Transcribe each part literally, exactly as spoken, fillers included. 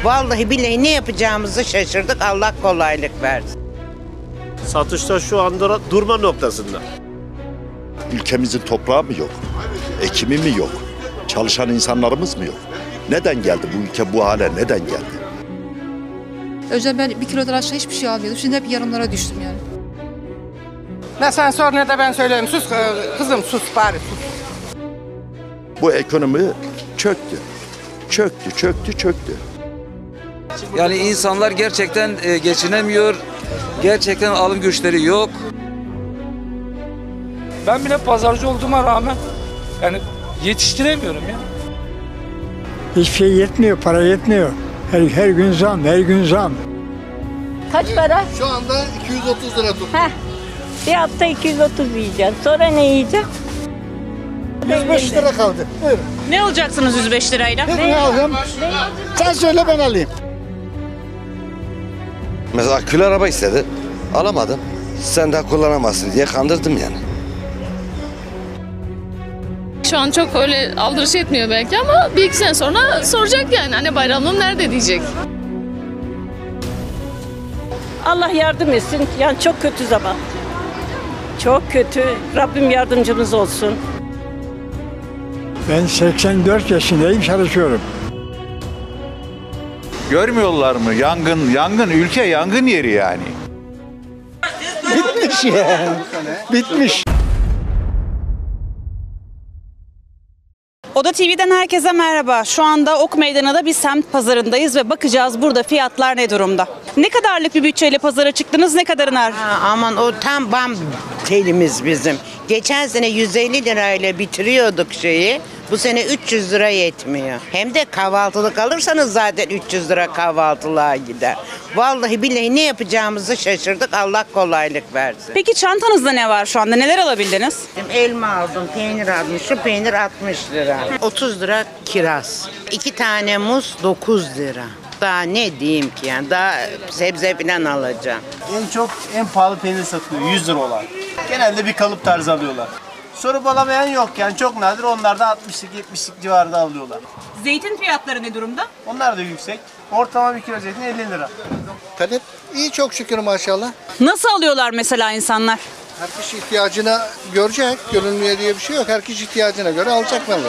Vallahi billahi ne yapacağımızı şaşırdık. Allah kolaylık versin. Satışta şu anda durma noktasında. Ülkemizin toprağı mı yok? Ekimi mi yok? Çalışan insanlarımız mı yok? Neden geldi bu ülke bu hale? Neden geldi? Önceden ben bir kilodan aşağı hiçbir şey almıyordum. Şimdi hep yarımlara düştüm yani. Ne sen sor ne de ben söyleyeyim. Sus kızım sus bari sus. Bu ekonomi çöktü. Çöktü, çöktü, çöktü. Yani insanlar gerçekten e, geçinemiyor. Gerçekten alım güçleri yok. Ben bile pazarcı olduğuma rağmen yani yetiştiremiyorum ya. Hiçbir şey yetmiyor, para yetmiyor. Her, her gün zam, her gün zam. Kaç para? Şu anda iki yüz otuz lira tut. Heh. Bir hafta iki yüz otuz yiyeceğim. Sonra ne yiyeceğim? yüz beş lira kaldı. Buyurun. Ne alacaksınız yüz beş lirayla? Ne, ne alacağım? Sen söyle ben alayım. Mesela akülü araba istedi. Alamadım. Sen daha kullanamazsın diye kandırdım yani. Şu an çok öyle aldırış etmiyor belki ama bir iki sene sonra soracak yani. Anne bayramlığım nerede diyecek. Allah yardım etsin. Yani çok kötü zaman. Çok kötü. Rabbim yardımcımız olsun. Ben seksen dört yaşındayım, çalışıyorum. Görmüyorlar mı? Yangın, yangın, ülke yangın yeri yani. Bitmiş ya. Bitmiş. Oda T V'den herkese merhaba. Şu anda Ok Meydanı'nda bir semt pazarındayız ve bakacağız burada fiyatlar ne durumda. Ne kadarlık bir bütçeyle pazara çıktınız, ne kadarın var? Ha, aman o tam bam telimiz bizim. Geçen sene yüz elli lirayla bitiriyorduk şeyi. Bu sene üç yüz lira yetmiyor. Hem de kahvaltılık alırsanız zaten üç yüz lira kahvaltılığa gider. Vallahi billahi ne yapacağımızı şaşırdık. Allah kolaylık versin. Peki çantanızda ne var şu anda? Neler alabildiniz? Elma aldım, peynir aldım. Şu peynir altmış lira. otuz lira kiraz. İki tane muz dokuz lira. Daha ne diyeyim ki yani, daha sebze falan alacağım. En çok en pahalı peynir satılıyor yüz lira olan. Genelde bir kalıp tarzı alıyorlar. Sorup alamayan yok yani, çok nadir, onlar da altmışlık yetmişlik civarında alıyorlar. Zeytin fiyatları ne durumda? Onlar da yüksek. Ortalama bir kilo zeytin elli lira. Talep iyi çok şükür maşallah. Nasıl alıyorlar mesela insanlar? Herkes ihtiyacına görecek. Görünmüyor diye bir şey yok. Herkes ihtiyacına göre alacak malı.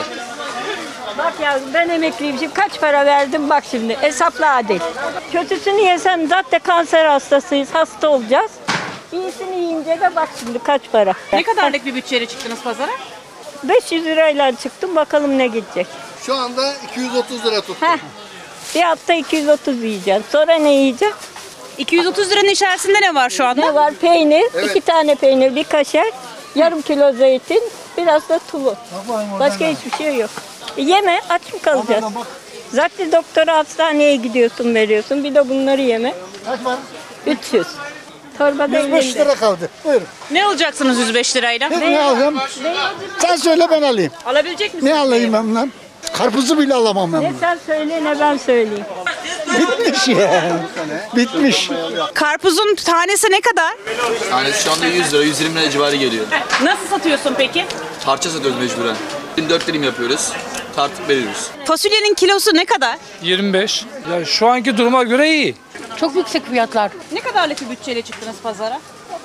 Bak yavrum, ben emekliyim. Şimdi kaç para verdim bak şimdi. Hesapla Adil. Kötüsünü yesen zaten kanser hastasıyız. Hasta olacağız. İyisini yiyince de bak şimdi kaç para. Ne kadarlık bir bütçeyle çıktınız pazara? beş yüz lirayla çıktım, bakalım ne gidecek. Şu anda iki yüz otuz lira tuttum. Heh. Bir hafta iki yüz otuz yiyeceğim. Sonra ne yiyeceğim? iki yüz otuz liranın içerisinde ne var şu anda? Ne var? Peynir, Evet. iki tane peynir, bir kaşar, yarım kilo zeytin, biraz da tulu. Başka hiçbir şey yok. E, yeme, aç mı kalacağız? Zaten doktora, hastaneye gidiyorsun, veriyorsun. Bir de bunları yeme. Kaç var? üç yüz. Torbada yüz beş lira kaldı. Buyurun. Ne alacaksınız yüz beş lirayla? Ne, ne alacağım? Sen söyle ben alayım. Alabilecek misiniz? Ne alayım ben lan? Karpuzu bile alamam ben. Ne sen söyle ne ben söyleyeyim. Bitmiş ya. Bitmiş. Karpuzun tanesi ne kadar? Tanesi şu anda yüz lira, yüz yirmi lira civarı geliyor. Nasıl satıyorsun peki? Parça satıyoruz mecburen. dört dilim yapıyoruz. Tartıp veriyoruz. Fasulyenin kilosu ne kadar? yirmi beş. Ya şu anki duruma göre iyi. Çok yüksek fiyatlar. Ne kadarlık bir bütçeyle çıktınız pazara?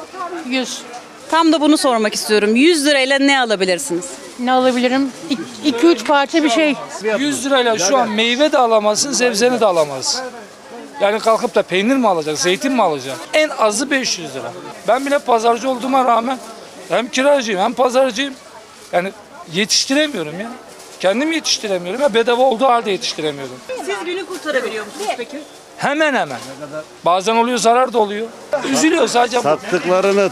yüz. Tam da bunu sormak istiyorum. yüz lirayla ne alabilirsiniz? Ne alabilirim? iki üç parça bir şey. yüz lirayla şu an meyve de alamazsın, sebzeni de alamazsın. Yani kalkıp da peynir mi alacak, zeytin mi alacak? En azı beş yüz lira. Ben bile pazarcı olduğuma rağmen hem kiracıyım hem pazarcıyım. Yani yetiştiremiyorum ya. Kendim yetiştiremiyorum ya, bedava olduğu halde yetiştiremiyorum. Siz günü kurtarabiliyor musunuz peki? Hemen hemen. Bazen oluyor, zarar da oluyor. Üzülüyor sadece. Sattıklarını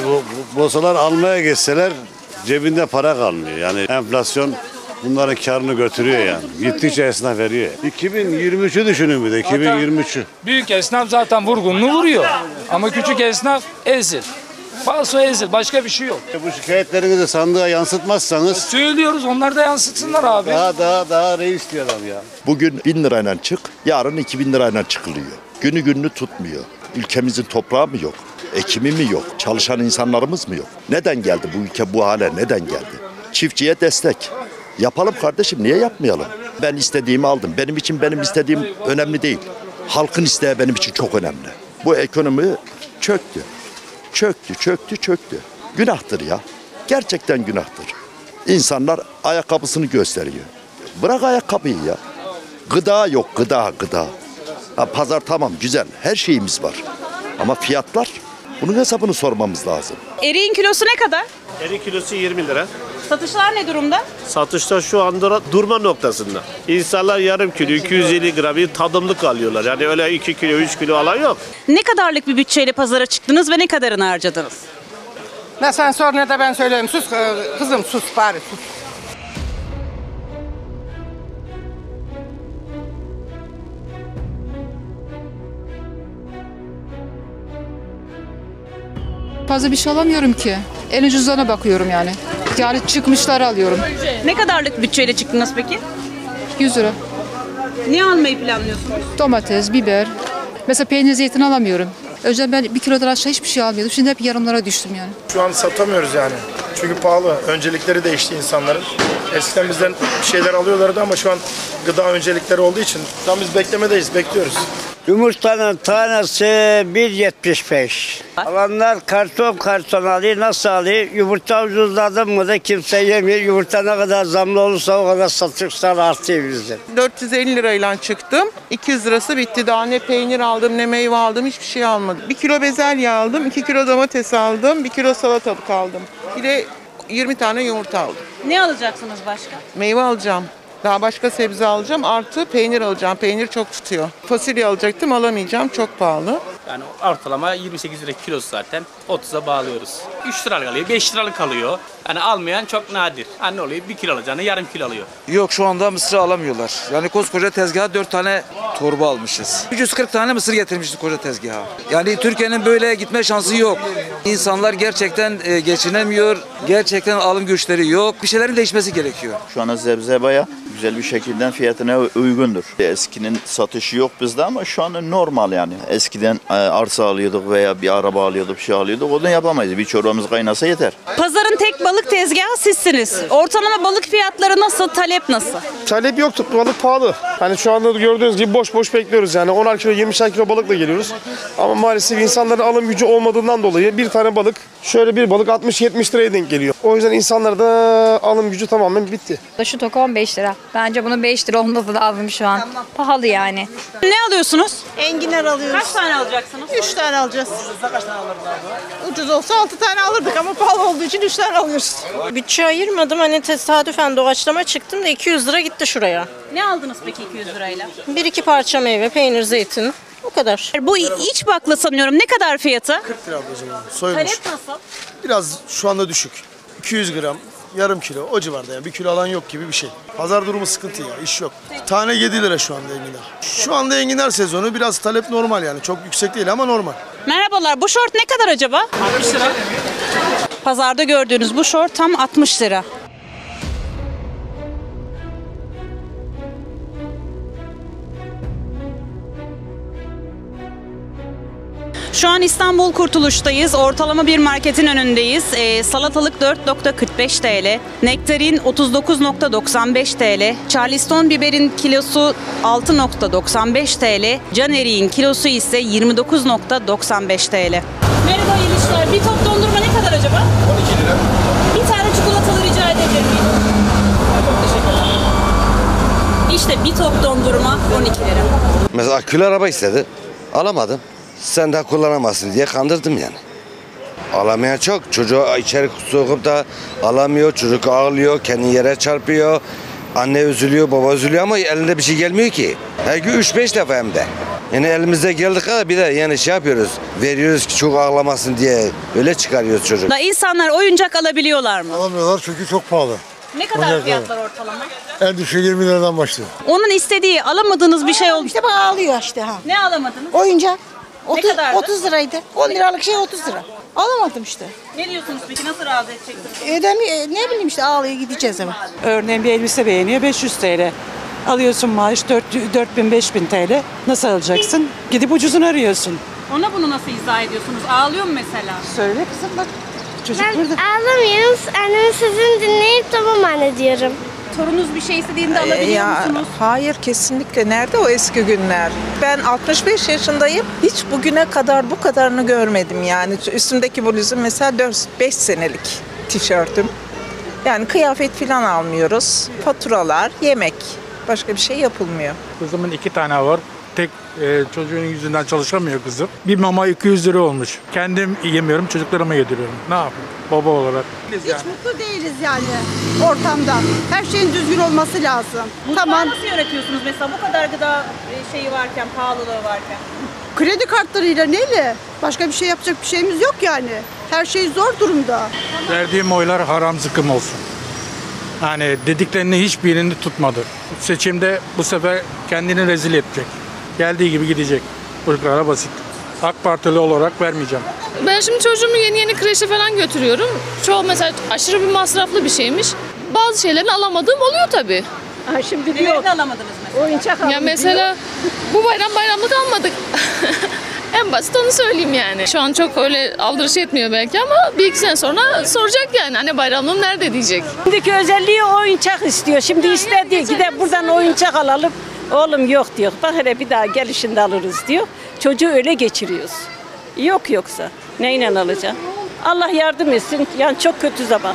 bosalar almaya geçseler cebinde para kalmıyor. Yani enflasyon bunların karını götürüyor yani. Gittikçe esnaf veriyor. iki bin yirmi üçü düşünün bir de, iki bin yirmi üçü. Büyük esnaf zaten vurgununu vuruyor. Ama küçük esnaf ezil. Falso ezil. Başka bir şey yok. Bu şikayetlerinizi sandığa yansıtmazsanız... Söylüyoruz, onlar da yansıtsınlar abi. Daha daha daha reis diyor adam ya. Bugün bin lirayla çık, yarın iki bin lirayla çıkılıyor. Günü gününü tutmuyor. Ülkemizin toprağı mı yok? Ekimi mi yok? Çalışan insanlarımız mı yok? Neden geldi bu ülke bu hale? Neden geldi? Çiftçiye destek. Yapalım kardeşim, niye yapmayalım? Ben istediğimi aldım. Benim için benim istediğim önemli değil. Halkın isteği benim için çok önemli. Bu ekonomi çöktü. Çöktü, çöktü, çöktü. Günahtır ya. Gerçekten günahtır. İnsanlar ayakkabısını gösteriyor. Bırak ayakkabıyı ya. Gıda yok, gıda, gıda. Ha, pazar tamam, güzel. Her şeyimiz var. Ama fiyatlar, bunun hesabını sormamız lazım. Eriğin kilosu ne kadar? Erik kilosu yirmi lira. Satışlar ne durumda? Satışta şu anda durma noktasında. İnsanlar yarım kilo, iki yüz elli gram bir tadımlık alıyorlar. Yani öyle iki kilo, üç kilo alan yok. Ne kadarlık bir bütçeyle pazara çıktınız ve ne kadarını harcadınız? Ne sen sor ne de ben söyleyeyim. Sus kızım sus bari sus. Fazla bir şey alamıyorum ki. En ucuzlarına bakıyorum yani. Yani çıkmışları alıyorum. Ne kadarlık bütçeyle çıktınız peki? yüz lira. Ne almayı planlıyorsunuz? Domates, biber. Mesela peynir, zeytin alamıyorum. Önceden ben bir kilodan aşağı hiçbir şey almıyordum. Şimdi hep yarımlara düştüm yani. Şu an satamıyoruz yani. Çünkü pahalı. Öncelikleri değişti insanların. Eskiden bizden bir şeyler alıyorlardı ama şu an gıda öncelikleri olduğu için şu an biz beklemedeyiz, bekliyoruz. Yumurtanın tanesi bir yetmiş beş. Alanlar karton karton alıyor. Nasıl alıyor? Yumurta ucuzladı mı da kimse yemiyor. Yumurta ne kadar zamlı olursa o kadar satışlar artıyor bizde. dört yüz elli lirayla çıktım. iki yüz lirası bitti. Daha ne peynir aldım ne meyve aldım. Hiçbir şey almadım. bir kilo bezelye aldım. iki kilo domates aldım. bir kilo salatalık aldım. Bir de yirmi tane yumurta aldım. Ne alacaksınız başka? Meyve alacağım. Daha başka sebze alacağım. Artı peynir alacağım. Peynir çok tutuyor. Fasulye alacaktım, alamayacağım. Çok pahalı. Yani ortalama yirmi sekiz lira kilosu zaten. otuza bağlıyoruz. üç liralık alıyor, beş liralık alıyor. Yani almayan çok nadir. Yani ne oluyor? bir kilo alacağını yarım kilo alıyor. Yok, şu anda mısır alamıyorlar. Yani koskoca tezgaha dört tane torba almışız. üç yüz kırk tane mısır getirmiştik koca tezgaha. Yani Türkiye'nin böyle gitme şansı yok. İnsanlar gerçekten e, geçinemiyor. Gerçekten alım güçleri yok. Bir şeylerin değişmesi gerekiyor. Şu anda sebze bayağı güzel bir şekilde fiyatına uygundur. Eskinin satışı yok bizde ama şu anda normal yani. Eskiden arsa alıyorduk veya bir araba alıyorduk, bir şey alıyorduk. O da yapamayız. Bir çorbamız kaynasa yeter. Pazarın tek balık tezgahı sizsiniz. Ortalama balık fiyatları nasıl, talep nasıl? Talep yoktu, balık pahalı. Hani şu anda gördüğünüz gibi boş boş bekliyoruz yani. onar kilo, yirmişer kilo balıkla geliyoruz. Ama maalesef insanların alım gücü olmadığından dolayı bir tane balık, şöyle bir balık altmış yetmiş liraya denk geliyor. O yüzden insanlarda alım gücü tamamen bitti. Şu tok on beş lira. Bence bunun beş lira olması lazım şu an. Pahalı yani. Ne alıyorsunuz? Enginar alıyoruz. Kaç tane alacaksınız? Üç tane alacağız. Ucuzda kaç tane alırdınız abi? Ucuz olsa altı tane alırdık ama pahalı olduğu için üç tane alıyoruz. Bütçe ayırmadım. Hani tesadüfen doğaçlama çıktım da iki yüz lira gitti şuraya. Ne aldınız peki iki yüz lirayla? Bir iki parça meyve, peynir, zeytin. O kadar. Bu iç bakla sanıyorum. Ne kadar fiyatı? kırk lira ablacığım. Soyulmuş. Talep nasıl? Biraz şu anda düşük. iki yüz gram, yarım kilo o civarda yani. Bir kilo alan yok gibi bir şey. Pazar durumu sıkıntı ya, iş yok. Tane yedi lira şu anda enginar. Şu anda enginar sezonu, biraz talep normal yani. Çok yüksek değil ama normal. Merhabalar. Bu şort ne kadar acaba? altmış lira. Pazarda gördüğünüz bu şort tam altmış lira. Şu an İstanbul Kurtuluş'tayız. Ortalama bir marketin önündeyiz. Ee, salatalık dört nokta kırk beş TL, nektarin otuz dokuz nokta doksan beş TL, Charleston biberin kilosu altı nokta doksan beş TL, can eriğin kilosu ise yirmi dokuz nokta doksan beş TL. Merhaba Yelişler. Bir top dondurma ne kadar acaba? on iki lira. Bir tane çikolatalı rica edebilir miyim? Çok teşekkür ederim. İşte bir top dondurma on iki lira. Mesela akülü araba istedi. Alamadım. Sen daha kullanamazsın diye kandırdım yani. Alamayan çok. Çocuğu içeri sokup da alamıyor. Çocuk ağlıyor, kendini yere çarpıyor. Anne üzülüyor, baba üzülüyor ama elinde bir şey gelmiyor ki. Her gün üç beş defa hem de. Yani elimizde geldik kadar bir de yani şey yapıyoruz. Veriyoruz ki çok ağlamasın diye öyle çıkarıyoruz çocuk. Da insanlar oyuncak alabiliyorlar mı? Alamıyorlar çünkü çok pahalı. Ne kadar Oyuncak fiyatlar ortalama? En düşük yirmi liradan başlıyor. Onun istediği alamadığınız bir şey oldu. İşte bak ağlıyor işte ha. Ne alamadınız? Oyuncak. Ne otuz, kadardı? otuz liraydı. on liralık şey otuz lira. Alamadım işte. Ne diyorsunuz peki, nasıl razı edeceksiniz? Ödemi, ne bileyim işte ağlaya gideceğiz eve. Örneğin bir elbise beğeniyor beş yüz TL. Alıyorsun maaş dört bin beş bin TL. Nasıl alacaksın? Gidip ucuzunu arıyorsun. Ona bunu nasıl izah ediyorsunuz? Ağlıyor mu mesela? Söyle kızım bak. Çocuk Ben burada. ağlamıyorum. Annemin sözünü dinleyip tamam anne diyorum. torununuz bir şey istediğinde Ee, alabiliyor ya, musunuz? Hayır kesinlikle. Nerede o eski günler? Ben altmış beş yaşındayım. Hiç bugüne kadar bu kadarını görmedim yani. Üstümdeki bluzum mesela dört beş senelik tişörtüm. Yani kıyafet falan almıyoruz. Faturalar, yemek. Başka bir şey yapılmıyor. Kızımın iki tane var. Tek e, çocuğun yüzünden çalışamıyor kızım. Bir mama iki yüz lira olmuş. Kendim yemiyorum, çocuklarıma yediriyorum. Ne yapayım baba olarak? Hiç mutlu değiliz yani ortamda. Her şeyin düzgün olması lazım. Mutfağı Tamam. nasıl yönetiyorsunuz mesela bu kadar gıda e, şeyi varken, pahalılığı varken? Kredi kartlarıyla neyle? Başka bir şey yapacak bir şeyimiz yok yani. Her şey zor durumda. Verdiğim oylar haram zıkkım olsun. Yani dediklerini hiçbirini tutmadı. Seçimde bu sefer kendini rezil edecek. Geldiği gibi gidecek. Bu kadar basit. AK Partili olarak vermeyeceğim. Ben şimdi çocuğumu yeni yeni kreşe falan götürüyorum. Çoğu mesela aşırı bir masraflı bir şeymiş. Bazı şeylerini alamadığım oluyor tabii. Ha, şimdi Nelerini alamadınız mesela? Oyuncak Ya mesela bu bayram bayramlık almadık. En basit onu söyleyeyim yani. Şu an çok öyle aldırış etmiyor belki ama bir iki sene sonra soracak yani. Hani bayramlığım nerede diyecek. Şimdiki özelliği oyuncak istiyor. Şimdi istediği gidip buradan oyuncak alalım. Oğlum yok diyor. Bak hele bir daha gelişinde alırız diyor. Çocuğu öyle geçiriyoruz. Yok yoksa. Neyle alacaksın? Allah yardım etsin. Yani çok kötü zaman.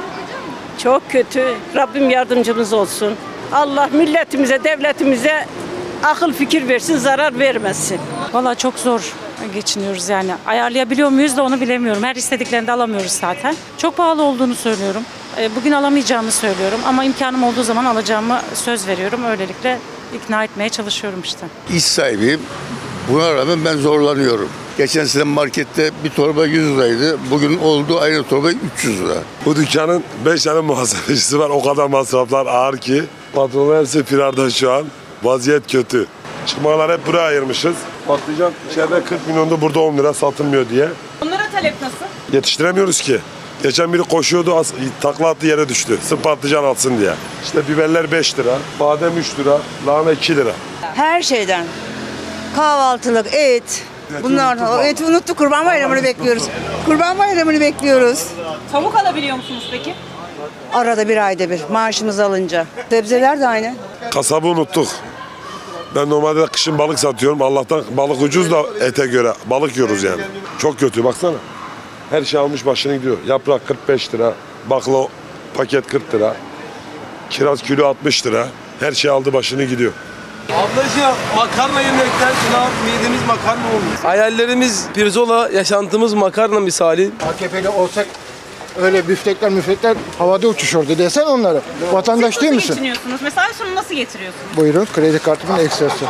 Çok kötü. Rabbim yardımcımız olsun. Allah milletimize, devletimize akıl fikir versin, zarar vermesin. Valla çok zor geçiniyoruz yani. Ayarlayabiliyor muyuz da onu bilemiyorum. Her istediklerini de alamıyoruz zaten. Çok pahalı olduğunu söylüyorum. E, Bugün alamayacağımı söylüyorum ama imkanım olduğu zaman alacağımı söz veriyorum. Öylelikle ikna etmeye çalışıyorum işte. İş sahibiyim. Buna rağmen ben zorlanıyorum. Geçen sene markette bir torba yüz liraydı. Bugün oldu aynı torba üç yüz lira. Bu dükkanın beş tane muhasebecisi var. O kadar masraflar ağır ki. Patronlar hepsi firarda şu an. Vaziyet kötü. Çıkmalar hep buraya ayırmışız. Patlıcan içeride kırk milyonda burada on lira satılmıyor diye. Onlara talep nasıl? Yetiştiremiyoruz ki. Geçen biri koşuyordu, as- takla attı yere düştü. Sırf patlıcan alsın diye. İşte biberler beş lira, badem üç lira, lahana iki lira. Her şeyden. Kahvaltılık, et. Bunlar o eti unuttuk. Kurban Bayramı'nı bekliyoruz. Kurban Bayramı'nı bekliyoruz. Tavuk alabiliyor musunuz peki? Arada bir ayda bir maaşımızı alınca. Sebzeler de aynı. Kasabı unuttuk. Ben normalde kışın balık satıyorum. Allah'tan balık ucuz da ete göre. Balık yiyoruz yani. Çok kötü baksana. Her şey almış başını gidiyor. Yaprak kırk beş lira. Bakla paket kırk lira. Kiraz kilo altmış lira. Her şey aldı başını gidiyor. Ablacığım makarna yemekten sınav midemiz makarna olmuş. Hayallerimiz pirzola, yaşantımız makarna misali. A K P'li olsak öyle büftekler müftekler havada uçuşurdu desen onlara. Vatandaş Siz değil nasıl misin? geçiniyorsunuz? Mesela şunu nasıl getiriyorsunuz? Buyurun, kredi kartımın ekstrası.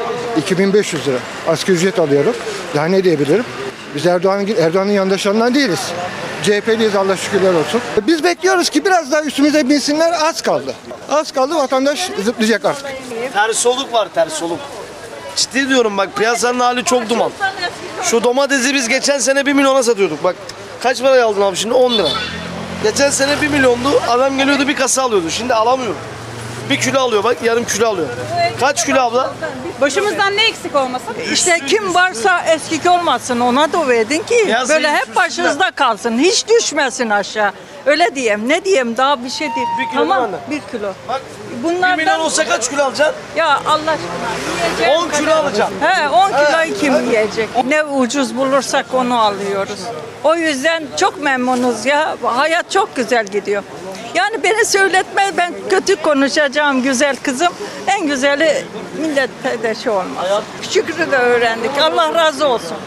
iki bin beş yüz lira. Asgari ücret alıyorum. Daha ne diyebilirim? Biz Erdoğan'ın Erdoğan'ın yandaşlarından değiliz. C H P'liyiz Allah şükürler olsun. Biz bekliyoruz ki biraz daha üstümüze binsinler, az kaldı. Az kaldı, vatandaş zıplayacak artık. Ters soluk var ters soluk. Ciddi diyorum bak piyasanın hali çok duman. Şu domatesi biz geçen sene bir milyona satıyorduk bak. Kaç paraya aldın abi şimdi on lira. Geçen sene bir milyondu adam geliyordu bir kasa alıyordu şimdi alamıyor. Bir kilo alıyor bak yarım kilo alıyor. Kaç kilo abla? Başımızdan ne eksik olmasın? İşte kim varsa eskik olmasın ona dua edin ki Ya böyle zeytin hep başınızda kalsın. Hiç düşmesin aşağı. Öyle diyeyim. Ne diyeyim daha bir şey değil. Bir kilo Tamam değil mi bir kilo. Bak Bunlardan... bir milyon olsa kaç kilo alacaksın? Ya Allah aşkına yiyeceğim on kilo kadar- alacağım. He on He. kiloyu kim yiyecek? Ne ucuz bulursak onu alıyoruz. O yüzden çok memnunuz ya. Hayat çok güzel gidiyor. Yani beni söyletme ben kötü konuşacağım güzel kızım. En güzeli millet pedeşi olmaz. Şükrü de öğrendik. Allah razı olsun.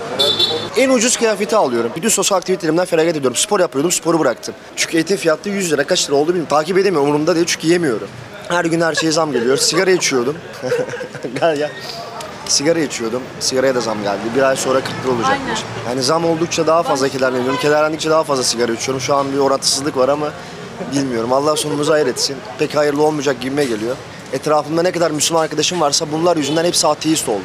En ucuz kıyafeti alıyorum. Bütün sosyal aktivitelerimden feragat ediyorum. Spor yapıyordum, sporu bıraktım. Çünkü etin fiyatı yüz lira. Kaç lira oldu bilmiyorum. Takip edemiyorum. Umurumda değil çünkü yemiyorum. Her gün her şeye zam geliyor. Sigara içiyordum. Gel gel. Sigara içiyordum. Sigaraya da zam geldi. Bir ay sonra kırk lira olacakmış. Yani zam oldukça daha fazla kederleniyorum. Kederlendikçe daha fazla sigara içiyorum. Şu an bir orantısızlık var ama bilmiyorum. Allah sonumuzu hayır etsin. Pek hayırlı olmayacak gibime geliyor. Etrafımda ne kadar Müslüman arkadaşım varsa bunlar yüzünden hepsi ateist oldu.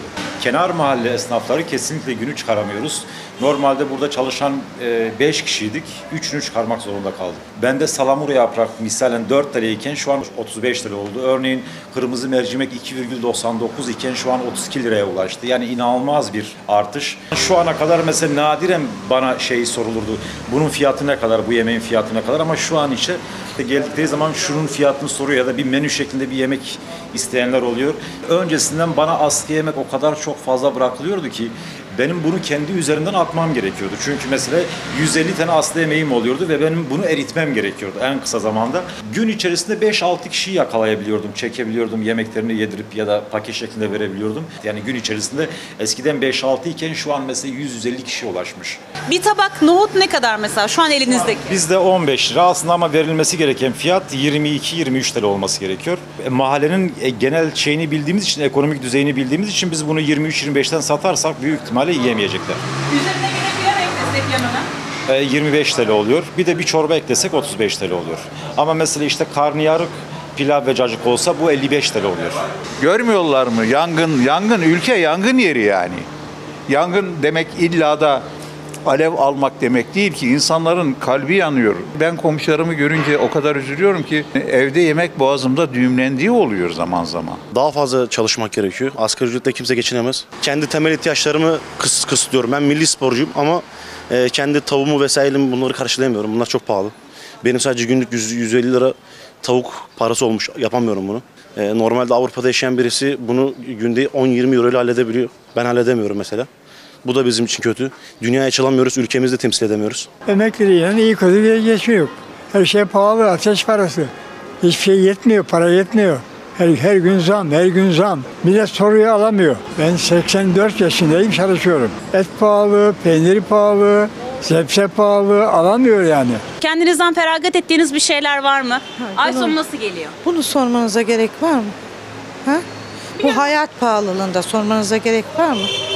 Kenar mahalle esnafları kesinlikle günü çıkaramıyoruz. Normalde burada çalışan beş kişiydik. üçünü çıkarmak zorunda kaldık. Bende salamura yaprak misalen dört lirayken şu an otuz beş lira oldu. Örneğin kırmızı mercimek iki virgül doksan dokuz iken şu an otuz iki liraya ulaştı. Yani inanılmaz bir artış. Şu ana kadar mesela nadiren bana şey sorulurdu. Bunun fiyatı ne kadar, bu yemeğin fiyatı ne kadar, ama şu an işte geldikleri zaman şunun fiyatını soruyor ya da bir menü şeklinde bir yemek isteyenler oluyor. Öncesinden bana askı yemek o kadar çok fazla bırakılıyordu ki benim bunu kendi üzerinden atmam gerekiyordu. Çünkü mesela yüz elli tane aslı yemeğim oluyordu ve benim bunu eritmem gerekiyordu en kısa zamanda. Gün içerisinde beş altı kişiyi yakalayabiliyordum, çekebiliyordum, yemeklerini yedirip ya da paket şeklinde verebiliyordum. Yani gün içerisinde eskiden beş altı iken şu an mesela yüz yüz elli kişiye ulaşmış. Bir tabak nohut ne kadar mesela şu an elinizdeki? Bizde on beş lira aslında ama verilmesi gereken fiyat yirmi iki yirmi üç lira olması gerekiyor. E, mahallenin e, genel şeyini bildiğimiz için, ekonomik düzeyini bildiğimiz için biz bunu yirmi üç yirmi beşten satarsak büyük ihtimalle yiyemeyecekler. Üzerine göre bir yemek eklesek yanına? E, yirmi beş TL oluyor. Bir de bir çorba eklesek otuz beş TL oluyor. Ama mesela işte karnıyarık, pilav ve cacık olsa bu elli beş TL oluyor. Görmüyorlar mı? Yangın, yangın, ülke yangın yeri yani. Yangın demek illa da alev almak demek değil ki, insanların kalbi yanıyor. Ben komşularımı görünce o kadar üzülüyorum ki evde yemek boğazımda düğümlendiği oluyor zaman zaman. Daha fazla çalışmak gerekiyor. Asgari ücretle kimse geçinemez. Kendi temel ihtiyaçlarımı kıs kısıtlıyorum. Ben milli sporcuyum ama e, kendi tavuğumu vesairemi bunları karşılayamıyorum. Bunlar çok pahalı. Benim sadece günlük yüz yüz elli lira tavuk parası olmuş. Yapamıyorum bunu. E, normalde Avrupa'da yaşayan birisi bunu günde on yirmi euro ile halledebiliyor. Ben halledemiyorum mesela. Bu da bizim için kötü. Dünyaya açılamıyoruz, ülkemizde temsil edemiyoruz. Emekli yani iyi kötü bir geçiyor. Her şey pahalı, ateş parası. Hiçbir şey yetmiyor, para yetmiyor. Her, her gün zam, her gün zam. Millet soruyu alamıyor. Ben seksen dört yaşındayım, çalışıyorum. Et pahalı, peynir pahalı, sebze pahalı, alamıyor yani. Kendinizden feragat ettiğiniz bir şeyler var mı? Ay bunu- sonu nasıl geliyor? Bunu sormanıza gerek var mı? Ha? Bu hayat pahalılığında sormanıza gerek var mı?